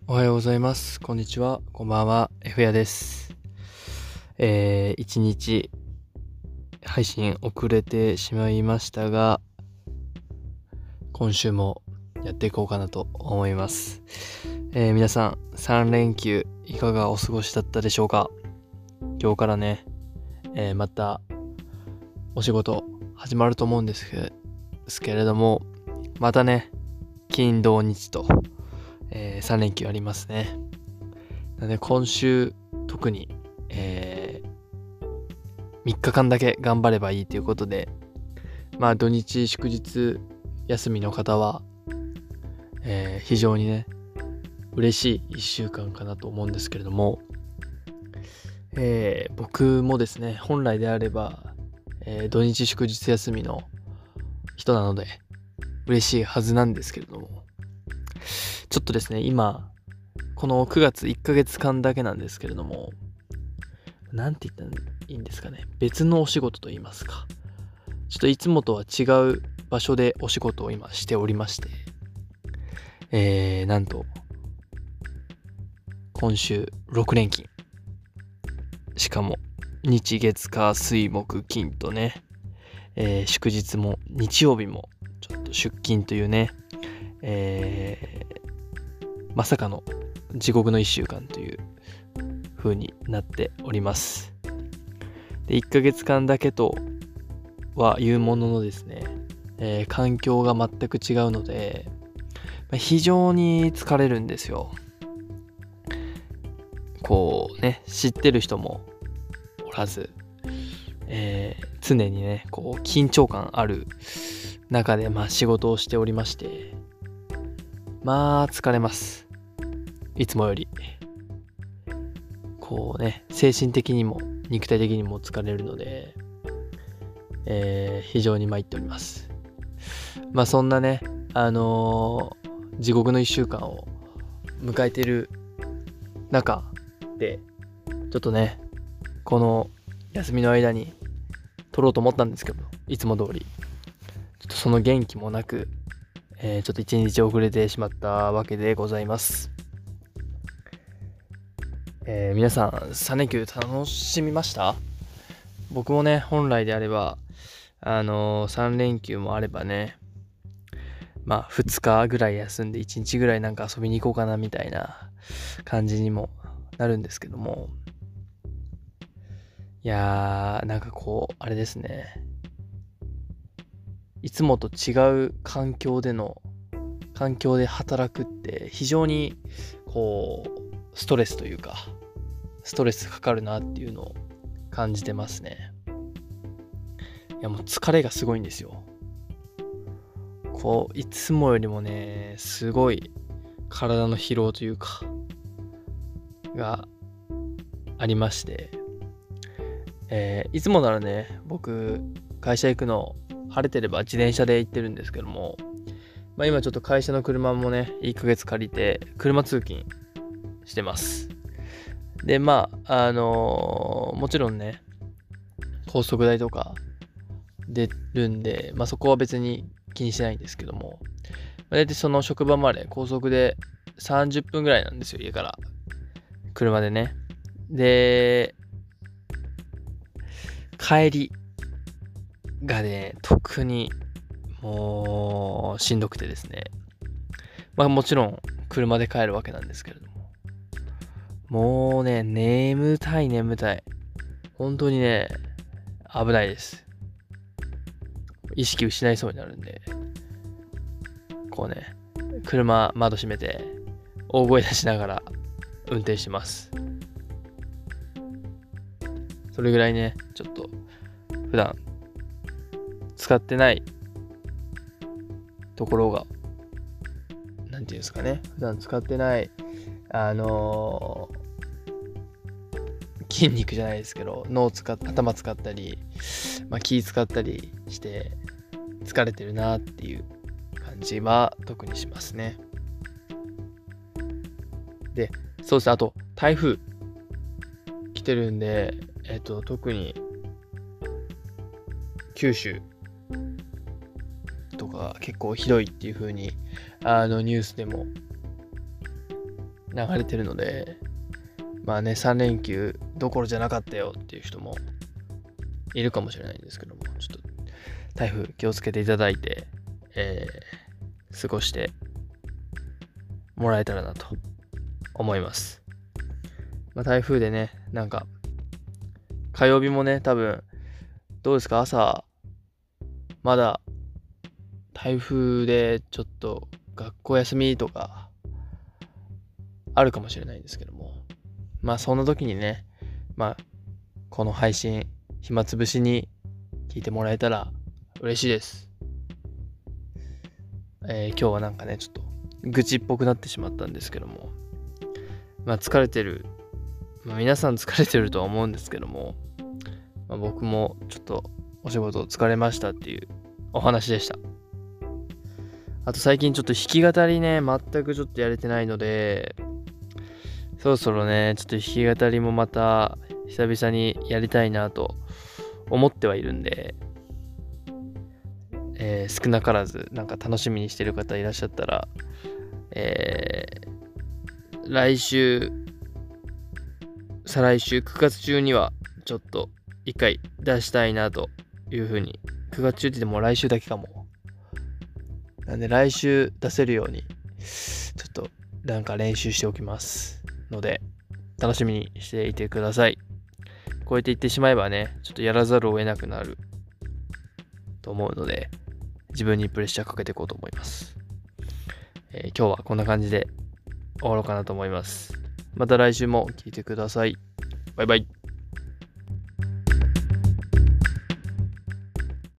おはようございます。こんにちは。こんばんは。F やです。一日配信遅れてしまいましたが、今週もやっていこうかなと思います。皆さん、3連休いかがお過ごしだったでしょうか？今日からね、またお仕事始まると思うんですけれども、またね、金土日と、3連休ありますね。なので今週特に、3日間だけ頑張ればいいということで、土日祝日休みの方は、非常にね嬉しい1週間かなと思うんですけれども、僕もですね本来であれば、土日祝日休みの人なので嬉しいはずなんですけれども、ちょっとですね今この9月1ヶ月間だけなんですけれども、なんて言ったらいいんですかね、別のお仕事と言いますか、ちょっといつもとは違う場所でお仕事を今しておりまして、なんと今週6連勤、しかも日月火水木金とね、祝日も日曜日もちょっと出勤というね、まさかの地獄の1週間という風になっております。で、1ヶ月間だけとは言うもののですね、環境が全く違うので、非常に疲れるんですよ。こうね、知ってる人もおらず、常にね、こう緊張感ある中で仕事をしておりまして、疲れます。いつもより。こうね、精神的にも肉体的にも疲れるので、非常に参っております。そんなね、地獄の1週間を迎えている中で、ちょっとね、この休みの間に撮ろうと思ったんですけど、いつも通りちょっとその元気もなく、ちょっと1日遅れてしまったわけでございます。皆さん3連休楽しみました？僕もね、本来であれば3連休もあればね、2日ぐらい休んで1日ぐらいなんか遊びに行こうかなみたいな感じにもなるんですけども、いやー、なんかこうあれですね、いつもと違う環境で働くって非常にこうストレスというかストレスかかるなっていうのを感じてますね。いやもう疲れがすごいんですよ。こういつもよりもねすごい体の疲労というかがありまして、いつもならね僕会社行くの晴れてれば自転車で行ってるんですけども、今ちょっと会社の車もね1ヶ月借りて車通勤してます。でもちろんね高速代とか出るんで、そこは別に気にしてないんですけども、大体その職場まで高速で30分ぐらいなんですよ、家から車でね。で帰りがね特にもうしんどくてですね、もちろん車で帰るわけなんですけれども、もうね眠たい本当にね危ないです。意識失いそうになるんで、こうね車窓閉めて大声出しながら運転します。それぐらいねちょっと普段使ってないところがなんていうんですかね、普段使ってない筋肉じゃないですけど頭使ったり、気使ったりして疲れてるなっていう感じは特にしますね。で、そうです。あと台風来てるんで、特に九州とか結構ひどいっていう風にニュースでも流れてるので、まあね、3連休どころじゃなかったよっていう人もいるかもしれないんですけども、ちょっと台風気をつけていただいて、過ごしてもらえたらなと思います。まあ、台風でね、なんか火曜日もね、多分どうですか、朝まだ台風でちょっと学校休みとかあるかもしれないんですけども、まあそんな時にね、まあこの配信暇つぶしに聞いてもらえたら嬉しいです。今日はなんかね、ちょっと愚痴っぽくなってしまったんですけども、まあ疲れてる、皆さん疲れてるとは思うんですけども、僕もちょっとお仕事疲れましたっていうお話でした。あと最近ちょっと弾き語りね、全くちょっとやれてないので、そろそろね、ちょっと弾き語りもまた久々にやりたいなと思ってはいるんで、少なからずなんか楽しみにしてる方いらっしゃったら、来週、再来週9月中にはちょっと一回出したいなというふうに、9月中って言っても来週だけかも。なんで来週出せるようにちょっとなんか練習しておきますので、楽しみにしていてください。こうやって言ってしまえばね、ちょっとやらざるを得なくなると思うので、自分にプレッシャーかけていこうと思います。今日はこんな感じで終わろうかなと思います。また来週も聞いてください。バイバイ。